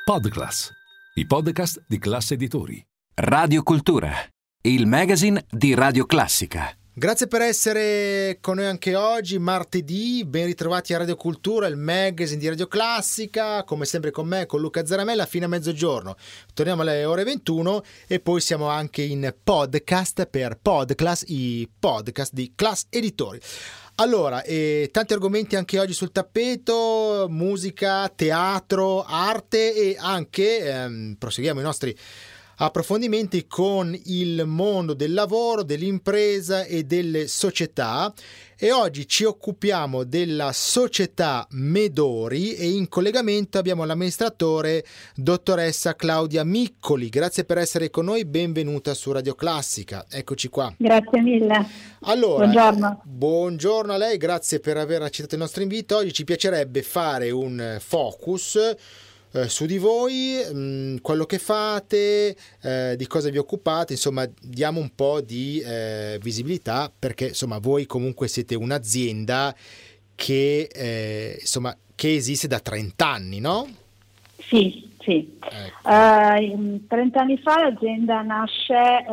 Podclass, i podcast di Class Editori. Radio Cultura, il magazine di Radio Classica. Grazie per essere con noi anche oggi, martedì. Ben ritrovati a Radio Cultura, il magazine di Radio Classica, come sempre con me, con Luca Zaramella, fino a mezzogiorno. Torniamo alle ore 21 e poi siamo anche in podcast per Podclass, i podcast di Class Editori. Allora, tanti argomenti anche oggi sul tappeto: musica, teatro, arte e anche proseguiamo i nostri approfondimenti con il mondo del lavoro, dell'impresa e delle società, e oggi ci occupiamo della società Medori e in collegamento abbiamo l'amministratore dottoressa Claudia Miccoli. Grazie per essere con noi, benvenuta su Radio Classica, eccoci qua. Grazie mille. Allora, buongiorno a lei, grazie per aver accettato il nostro invito. Oggi ci piacerebbe fare un focus su di voi, quello che fate, di cosa vi occupate, insomma diamo un po' di visibilità, perché insomma voi comunque siete un'azienda che che esiste da 30 anni, no? Sì. Ecco. 30 anni fa l'azienda nasce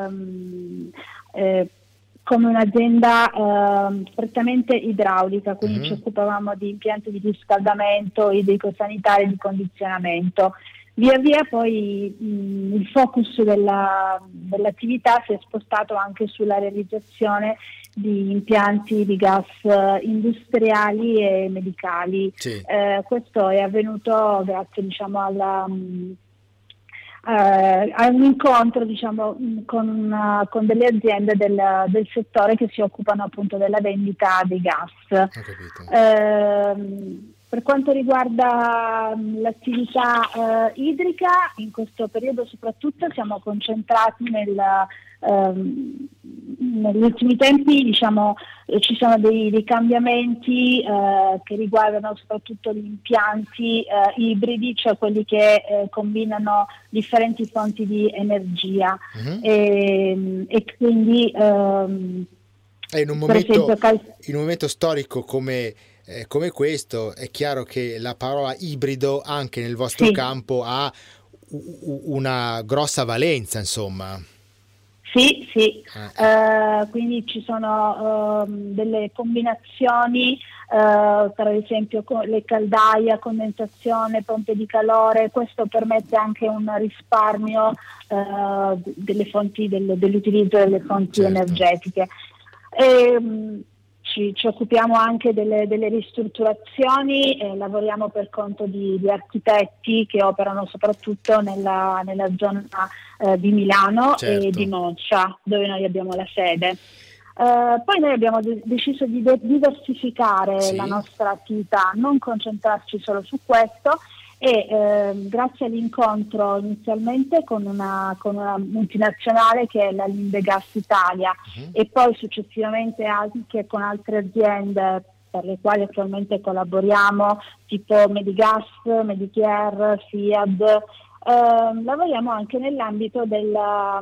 come un'azienda prettamente idraulica, quindi ci occupavamo di impianti di riscaldamento, idrico-sanitari e di condizionamento. Via via poi il focus dell'attività si è spostato anche sulla realizzazione di impianti di gas industriali e medicali. Sì. Questo è avvenuto grazie a un incontro con delle aziende del settore che si occupano appunto della vendita dei gas. Ho capito. Per quanto riguarda l'attività idrica, in questo periodo soprattutto siamo concentrati negli ultimi tempi, ci sono dei cambiamenti che riguardano soprattutto gli impianti ibridi, cioè quelli che combinano differenti fonti di energia. E quindi in un momento storico come questo è chiaro che la parola ibrido anche nel vostro campo ha una grossa valenza, insomma. Sì. Quindi ci sono delle combinazioni per esempio le caldaie, condensazione, pompe di calore. Questo permette anche un risparmio dell'utilizzo delle fonti energetiche. Ci occupiamo anche delle ristrutturazioni, lavoriamo per conto di architetti che operano soprattutto nella zona di Milano e di Moccia, dove noi abbiamo la sede. Poi noi abbiamo deciso di diversificare la nostra attività, non concentrarci solo su questo, e grazie all'incontro inizialmente con una multinazionale che è la Linde Gas Italia e poi successivamente anche con altre aziende per le quali attualmente collaboriamo, tipo Medigas, Medicare, Fiat, lavoriamo anche nell'ambito degli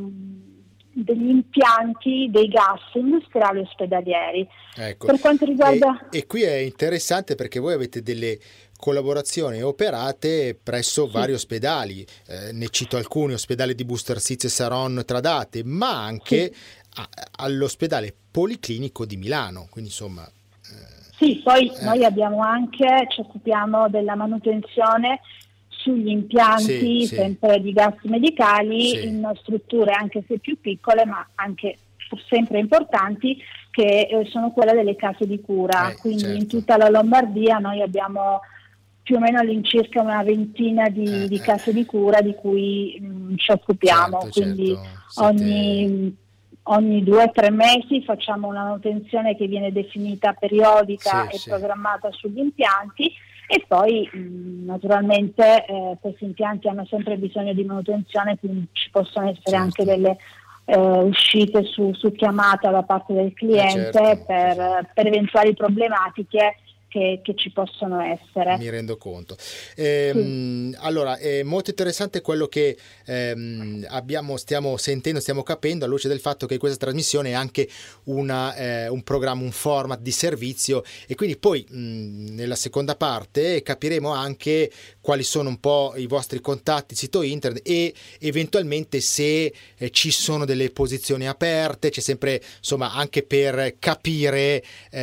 impianti dei gas industriali ospedalieri. Ecco. Per quanto riguarda e qui è interessante perché voi avete delle collaborazioni operate presso vari ospedali, ne cito alcuni: ospedale di Busto Arsizio e Saronno Tradate, ma anche all'ospedale Policlinico di Milano, quindi insomma poi noi ci occupiamo della manutenzione sugli impianti sempre di gas medicali in strutture anche se più piccole ma anche sempre importanti, che sono quelle delle case di cura. Quindi in tutta la Lombardia noi abbiamo più o meno all'incirca una ventina di case di cura di cui ci occupiamo. Quindi ogni 2 o 3 mesi facciamo una manutenzione che viene definita periodica e programmata sugli impianti, e poi naturalmente questi impianti hanno sempre bisogno di manutenzione, quindi ci possono essere anche delle uscite su chiamata da parte del cliente per eventuali problematiche che ci possono essere. Mi rendo conto. Sì. Allora, è molto interessante quello che stiamo sentendo, stiamo capendo, alla luce del fatto che questa trasmissione è anche un programma, un format di servizio, e quindi poi nella seconda parte capiremo anche quali sono un po' i vostri contatti, sito internet, e eventualmente se ci sono delle posizioni aperte. C'è sempre, insomma, anche per capire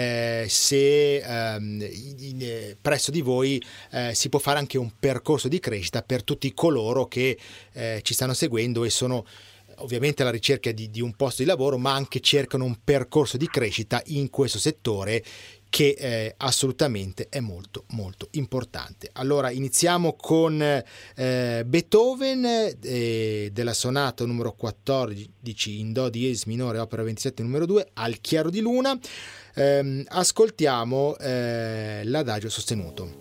se presso di voi si può fare anche un percorso di crescita per tutti coloro che ci stanno seguendo e sono ovviamente alla ricerca di un posto di lavoro, ma anche cercano un percorso di crescita in questo settore che assolutamente è molto molto importante. Allora iniziamo con Beethoven della sonata numero 14 in do diesis minore, opera 27 numero 2, al chiaro di luna. Ascoltiamo l'adagio sostenuto.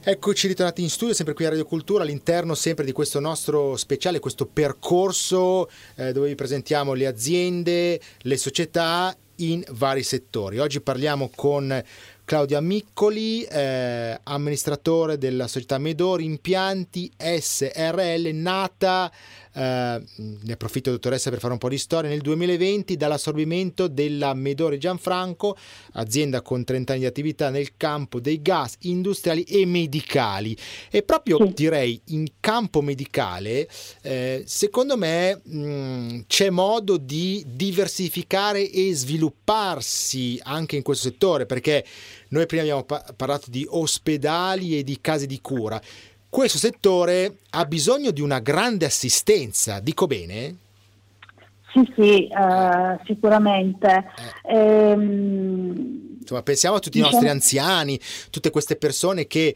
Eccoci ritornati in studio, sempre qui a Radio Cultura, all'interno sempre di questo nostro speciale, questo percorso dove vi presentiamo le aziende, le società in vari settori. Oggi parliamo con Claudio Amiccoli, amministratore della società Medori Impianti SRL, nata, ne approfitto dottoressa per fare un po' di storia, nel 2020 dall'assorbimento della Medori Gianfranco, azienda con 30 anni di attività nel campo dei gas industriali e medicali. E proprio direi in campo medicale, secondo me c'è modo di diversificare e svilupparsi anche in questo settore, perché noi prima abbiamo parlato di ospedali e di case di cura. Questo settore ha bisogno di una grande assistenza, dico bene? Sì, sicuramente. Insomma, pensiamo a tutti i nostri anziani, tutte queste persone che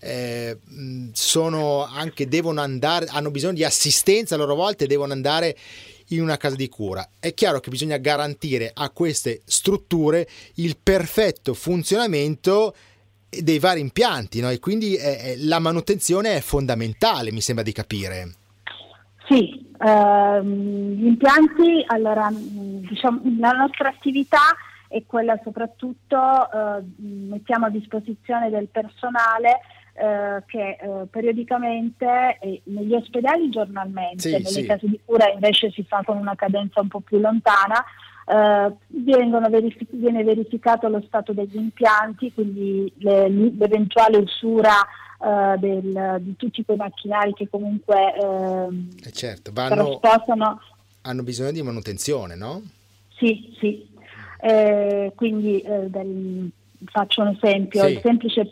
hanno bisogno di assistenza a loro volta e devono andare in una casa di cura. È chiaro che bisogna garantire a queste strutture il perfetto funzionamento dei vari impianti, no? E quindi la manutenzione è fondamentale, mi sembra di capire. Sì, gli impianti, allora, diciamo, la nostra attività è quella soprattutto, mettiamo a disposizione del personale che periodicamente negli ospedali giornalmente, nelle case di cura invece si fa con una cadenza un po' più lontana. Viene verificato lo stato degli impianti, quindi l'eventuale usura di tutti quei macchinari che comunque hanno bisogno di manutenzione, no? Sì. Quindi faccio un esempio, il semplice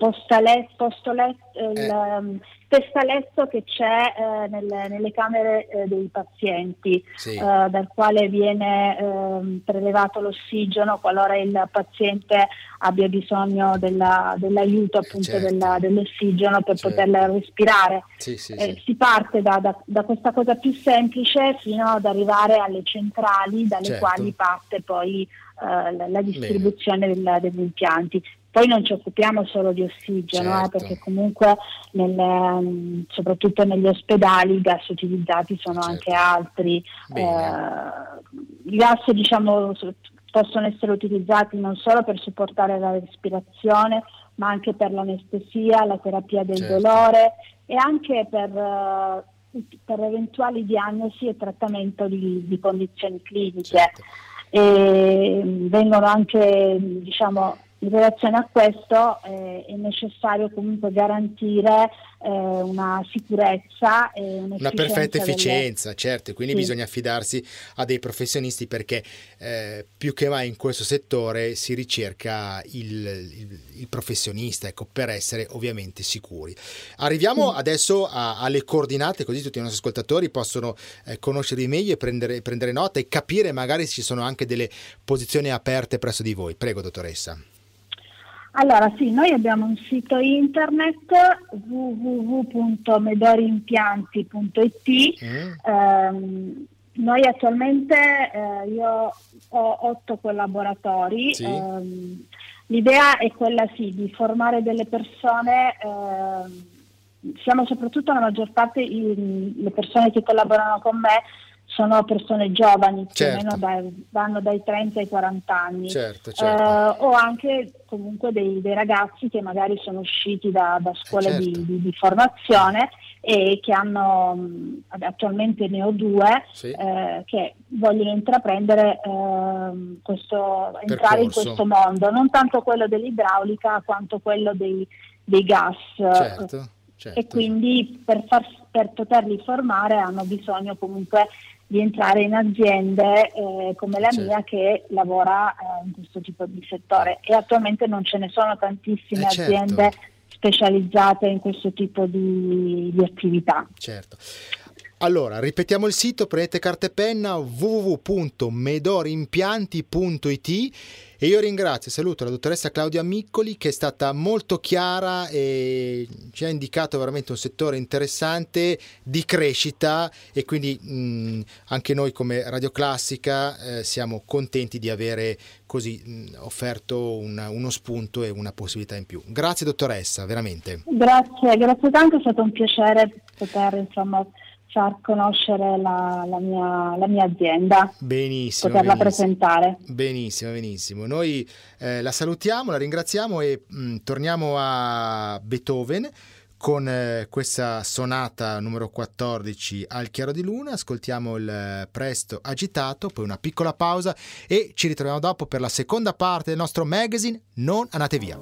testaletto che c'è nelle camere dei pazienti, dal quale viene prelevato l'ossigeno qualora il paziente abbia bisogno dell'aiuto appunto dell'ossigeno per poterla respirare. Si parte da questa cosa più semplice fino ad arrivare alle centrali dalle quali parte poi la distribuzione degli impianti. Poi non ci occupiamo solo di ossigeno, perché comunque soprattutto negli ospedali i gas utilizzati sono anche altri. I gas, diciamo, possono essere utilizzati non solo per supportare la respirazione, ma anche per l'anestesia, la terapia del dolore e anche per eventuali diagnosi e trattamento di condizioni cliniche. E vengono anche, diciamo, in relazione a questo è necessario comunque garantire una sicurezza e una perfetta efficienza, certo, quindi bisogna affidarsi a dei professionisti, perché più che mai in questo settore si ricerca il professionista, ecco, per essere ovviamente sicuri. Arriviamo adesso alle coordinate, così tutti i nostri ascoltatori possono conoscervi meglio e prendere nota e capire magari se ci sono anche delle posizioni aperte presso di voi. Prego, dottoressa. Allora noi abbiamo un sito internet www.medorimpianti.it. Noi attualmente io ho 8 collaboratori. L'idea è quella di formare delle persone. Siamo soprattutto la maggior parte le persone che collaborano con me sono persone giovani, più o meno vanno dai 30 ai 40 anni, o anche comunque dei ragazzi che magari sono usciti da scuole di formazione e che hanno, attualmente ne ho 2, che vogliono intraprendere entrare in questo mondo, non tanto quello dell'idraulica quanto quello dei gas. E quindi per poterli formare hanno bisogno comunque di entrare in aziende come la mia, che lavora in questo tipo di settore, e attualmente non ce ne sono tantissime aziende specializzate in questo tipo di attività. Allora, ripetiamo il sito, prendete carta e penna, www.medorimpianti.it, e io ringrazio e saluto la dottoressa Claudia Miccoli, che è stata molto chiara e ci ha indicato veramente un settore interessante di crescita, e quindi anche noi come Radio Classica siamo contenti di avere così offerto uno spunto e una possibilità in più. Grazie dottoressa, veramente. Grazie tanto, è stato un piacere poter far conoscere la mia azienda, benissimo, poterla presentare. Benissimo. Noi la salutiamo, la ringraziamo e torniamo a Beethoven con questa sonata numero 14 al chiaro di luna. Ascoltiamo il Presto agitato, poi una piccola pausa e ci ritroviamo dopo per la seconda parte del nostro magazine. Non andate via.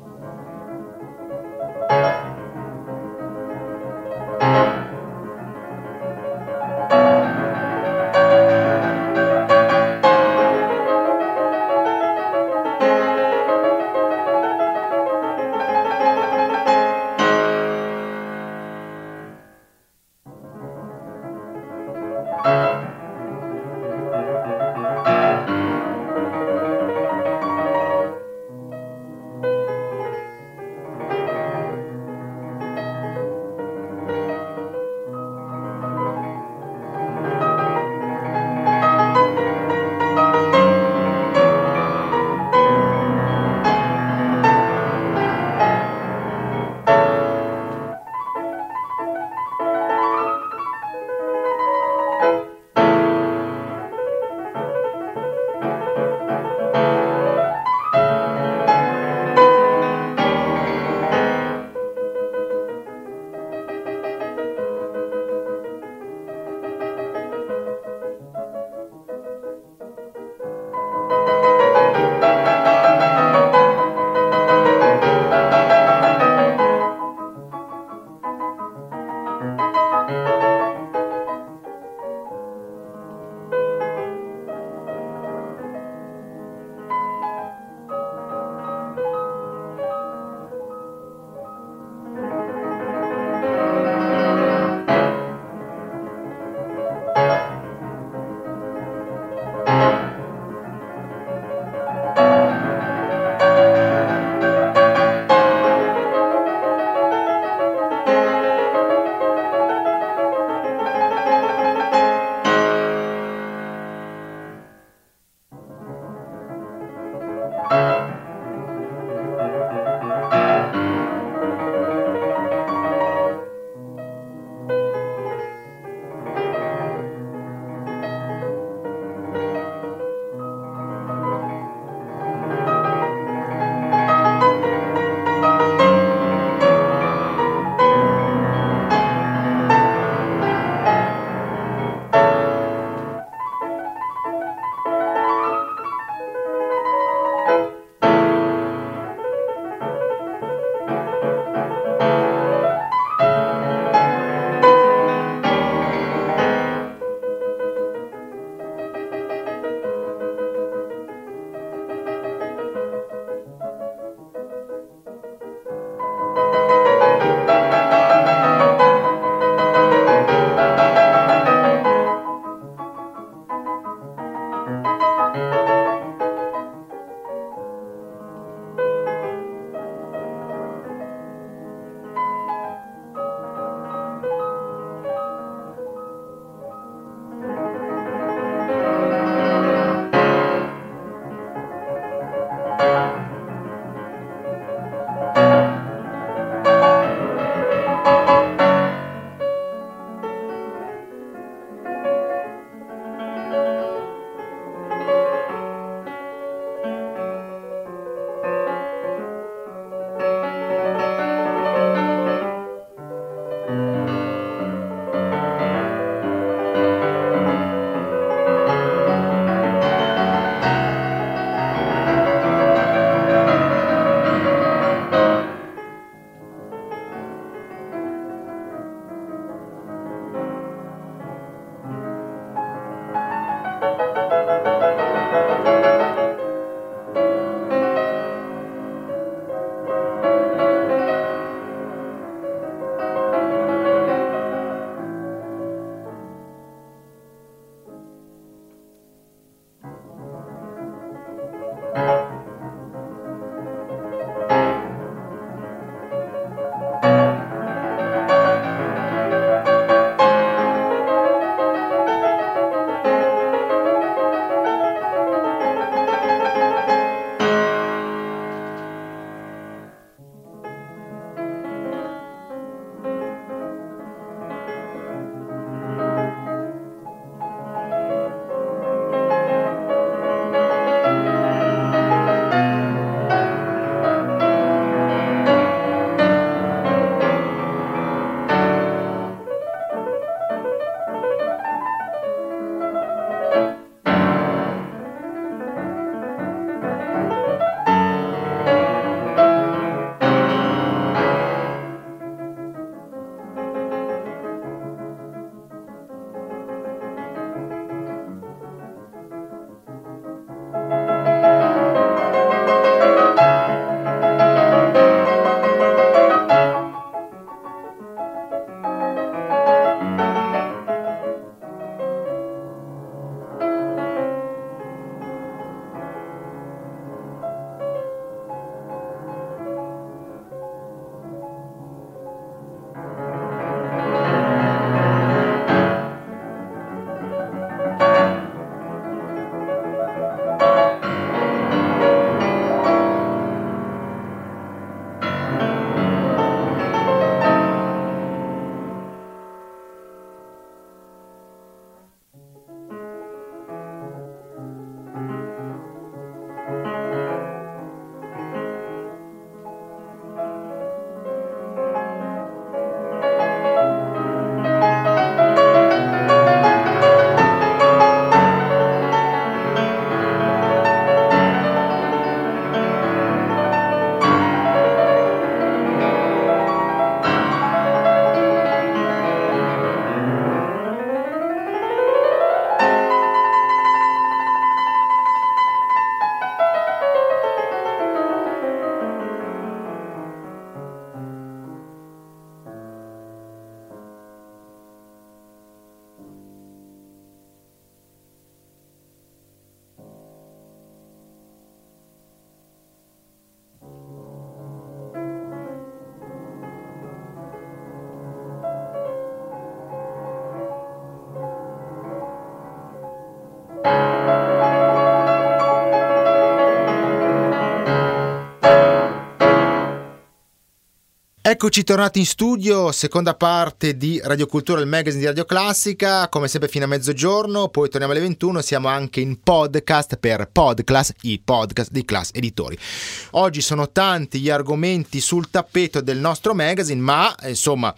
Eccoci tornati in studio, seconda parte di Radio Cultura, il magazine di Radio Classica, come sempre fino a mezzogiorno, poi torniamo alle 21, siamo anche in podcast per Podclass, i podcast di Class Editori. Oggi sono tanti gli argomenti sul tappeto del nostro magazine, ma insomma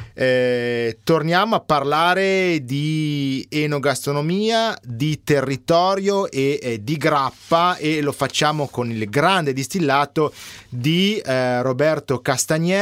torniamo a parlare di enogastronomia, di territorio e di grappa, e lo facciamo con il grande distillato di Roberto Castagnier,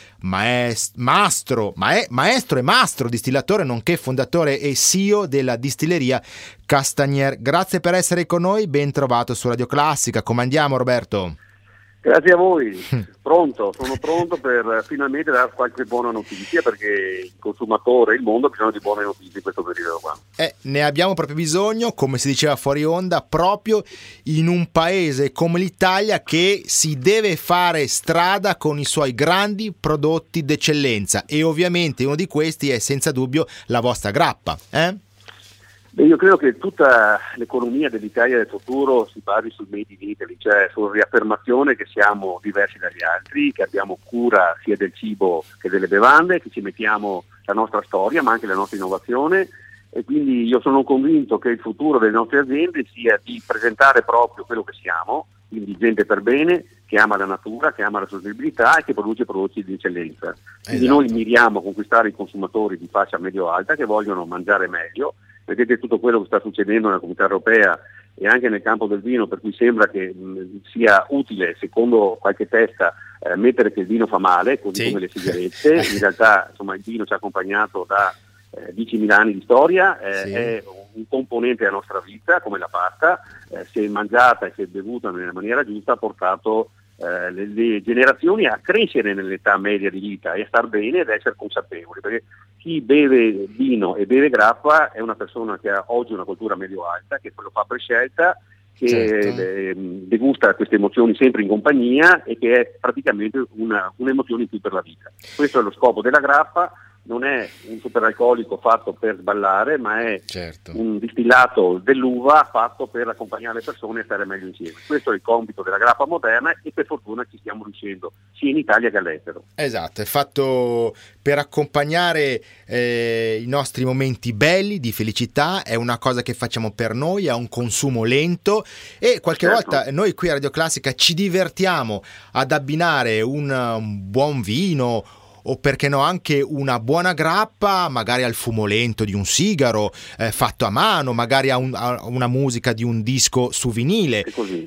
maestro e mastro distillatore, nonché fondatore e CEO della distilleria Castagnier. Grazie per essere con noi, ben trovato su Radio Classica. Come andiamo, Roberto? Grazie a voi, sono pronto per finalmente dare qualche buona notizia, perché il consumatore e il mondo ha bisogno di buone notizie in questo periodo qua. Ne abbiamo proprio bisogno, come si diceva fuori onda, proprio in un paese come l'Italia che si deve fare strada con i suoi grandi prodotti d'eccellenza, e ovviamente uno di questi è senza dubbio la vostra grappa. Io credo che tutta l'economia dell'Italia del futuro si basi sul Made in Italy, cioè sulla riaffermazione che siamo diversi dagli altri, che abbiamo cura sia del cibo che delle bevande, che ci mettiamo la nostra storia ma anche la nostra innovazione, e quindi io sono convinto che il futuro delle nostre aziende sia di presentare proprio quello che siamo, quindi gente per bene, che ama la natura, che ama la sostenibilità e che produce prodotti di eccellenza. Quindi noi miriamo a conquistare i consumatori di fascia medio-alta che vogliono mangiare meglio. Vedete tutto quello che sta succedendo nella Comunità Europea e anche nel campo del vino, per cui sembra che sia utile, secondo qualche testa, mettere che il vino fa male, così come le sigarette. In realtà insomma, il vino ci ha accompagnato da 10.000 anni di storia, è un componente della nostra vita, come la pasta, se mangiata e se bevuta nella maniera giusta ha portato le generazioni a crescere nell'età media di vita e a star bene ed essere consapevoli, perché chi beve vino e beve grappa è una persona che ha oggi una cultura medio alta, che lo fa per scelta, che degusta queste emozioni sempre in compagnia e che è praticamente un'emozione in più per la vita. Questo è lo scopo della grappa. Non è un superalcolico fatto per sballare, ma è un distillato dell'uva fatto per accompagnare le persone a stare meglio insieme. Questo è il compito della grappa moderna e per fortuna ci stiamo riuscendo sia in Italia che all'estero. Esatto, è fatto per accompagnare i nostri momenti belli di felicità, è una cosa che facciamo per noi, ha un consumo lento e qualche volta noi qui a Radio Classica ci divertiamo ad abbinare un buon vino o perché no anche una buona grappa, magari al fumo lento di un sigaro fatto a mano, magari a una musica di un disco su vinile.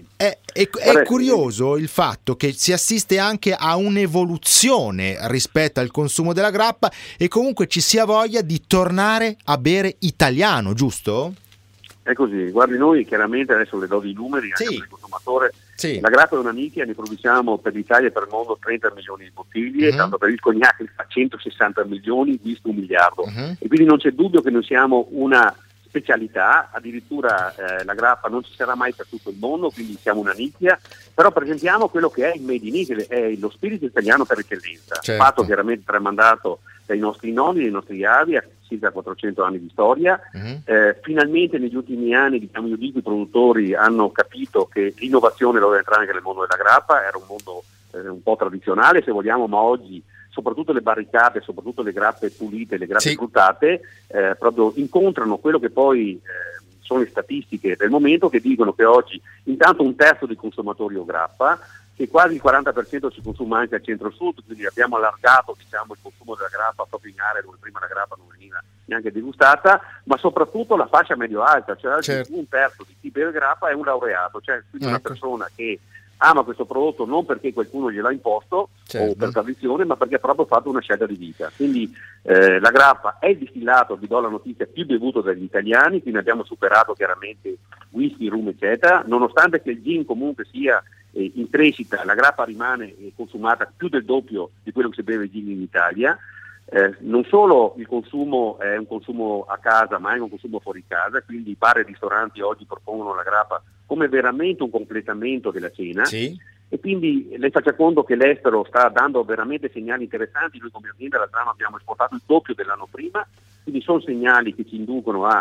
È curioso il fatto che si assiste anche a un'evoluzione rispetto al consumo della grappa e comunque ci sia voglia di tornare a bere italiano, giusto? È così, guardi, noi chiaramente adesso le do i numeri anche per il consumatore. La grappa è una nicchia, ne produciamo per l'Italia e per il mondo 30 milioni di bottiglie, tanto per il cognac fa 160 milioni, visto 1 miliardo. E quindi non c'è dubbio che noi siamo una specialità, addirittura la grappa non ci sarà mai per tutto il mondo, quindi siamo una nicchia, però presentiamo quello che è il Made in Italy, è lo spirito italiano per eccellenza, fatto chiaramente tramandato dai nostri nonni, dai nostri avi, a circa 400 anni di storia. Finalmente negli ultimi anni, diciamo, io dico, i produttori hanno capito che l'innovazione doveva entrare anche nel mondo della grappa, era un mondo un po' tradizionale se vogliamo, ma oggi soprattutto le barricate, soprattutto le grappe pulite, le grappe fruttate, proprio incontrano quello che poi sono le statistiche del momento, che dicono che oggi intanto 1/3 dei consumatori o grappa, che quasi il 40% si consuma anche al centro-sud, quindi abbiamo allargato, diciamo, il consumo della grappa proprio in aree dove prima la grappa non veniva neanche degustata, ma soprattutto la fascia medio-alta, cioè 1/3 di chi beve grappa è un laureato, cioè una persona che ama questo prodotto non perché qualcuno gliel'ha imposto o per tradizione, ma perché ha proprio fatto una scelta di vita. Quindi la grappa è il distillato, vi do la notizia, più bevuto dagli italiani, quindi abbiamo superato chiaramente whisky, rum eccetera, nonostante che il gin comunque sia in crescita, la grappa rimane consumata più del doppio di quello che si beve gin in Italia. Non solo il consumo è un consumo a casa, ma è un consumo fuori casa, quindi i bar e ristoranti oggi propongono la grappa come veramente un completamento della cena. E quindi lei faccia conto che l'estero sta dando veramente segnali interessanti. Noi come azienda l'altro anno abbiamo esportato il doppio dell'anno prima, quindi sono segnali che ci inducono a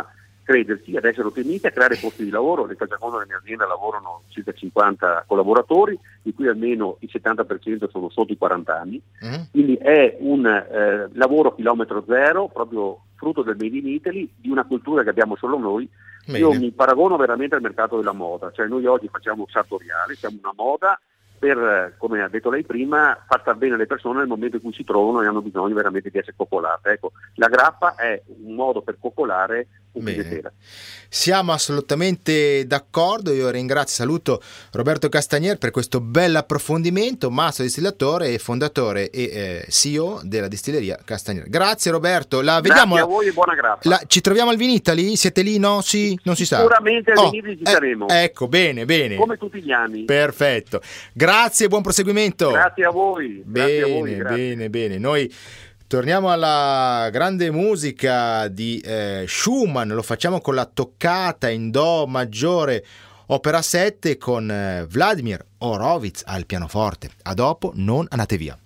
crederci, ad essere ottimiste, a creare posti di lavoro. Le faccio conto, nella mia azienda lavorano circa 50 collaboratori, di cui almeno il 70% sono sotto i 40 anni, quindi è un lavoro a chilometro zero, proprio frutto del Made in Italy, di una cultura che abbiamo solo noi. Bene. Io mi paragono veramente al mercato della moda, cioè noi oggi facciamo un sartoriale, siamo una moda per, come ha detto lei prima, far star bene le persone nel momento in cui si trovano e hanno bisogno veramente di essere coccolate. Ecco, la grappa è un modo per coccolare un bigliettiere. Siamo assolutamente d'accordo. Io ringrazio, saluto Roberto Castagnier per questo bel approfondimento, mastro distillatore e fondatore e CEO della distilleria Castagnier. Grazie Roberto, vediamo. Grazie a voi e buona grappa. Ci troviamo al Vinitaly? Siete lì? No? Sì? Non si sa. Sicuramente al Vinitaly ci saremo. Ecco, bene. Come tutti gli anni. Perfetto. Grazie e buon proseguimento. Grazie a voi. Bene. Noi torniamo alla grande musica di Schumann, lo facciamo con la toccata in Do maggiore, opera 7, con Vladimir Horowitz al pianoforte. A dopo, non andate via.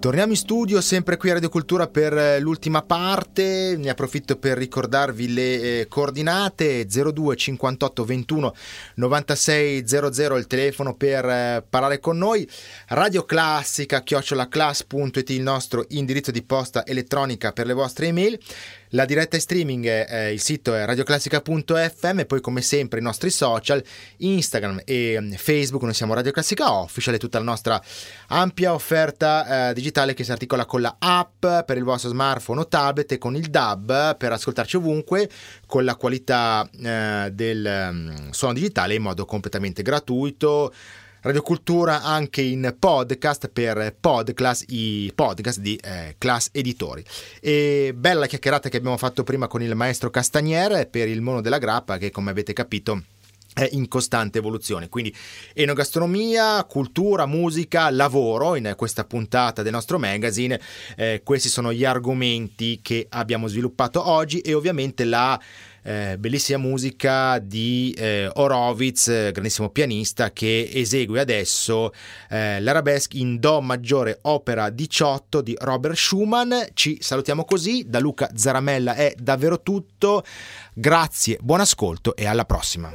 Torniamo in studio, sempre qui a Radio Cultura per l'ultima parte. Ne approfitto per ricordarvi le coordinate: 02 58 21 96 00 il telefono per parlare con noi, Radio Classica @class.it il nostro indirizzo di posta elettronica per le vostre email. La diretta streaming il sito è radioclassica.fm e poi come sempre i nostri social, Instagram e Facebook, noi siamo Radio Classica Official, e tutta la nostra ampia offerta digitale che si articola con la app per il vostro smartphone o tablet e con il DAB per ascoltarci ovunque con la qualità del suono digitale in modo completamente gratuito. Radio Cultura anche in podcast per Podclass, i podcast di Class Editori. E bella chiacchierata che abbiamo fatto prima con il maestro Castagnier per il mondo della grappa, che come avete capito è in costante evoluzione. Quindi enogastronomia, cultura, musica, lavoro in questa puntata del nostro magazine. Questi sono gli argomenti che abbiamo sviluppato oggi, e ovviamente la bellissima musica di Horowitz, grandissimo pianista, che esegue adesso l'Arabesque in Do maggiore opera 18 di Robert Schumann. Ci salutiamo così, da Luca Zaramella è davvero tutto, grazie, buon ascolto e alla prossima.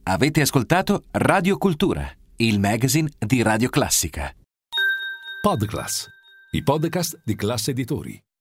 Avete ascoltato Radio Cultura, il magazine di Radio Classica. Podcast, i podcast di Classe Editori.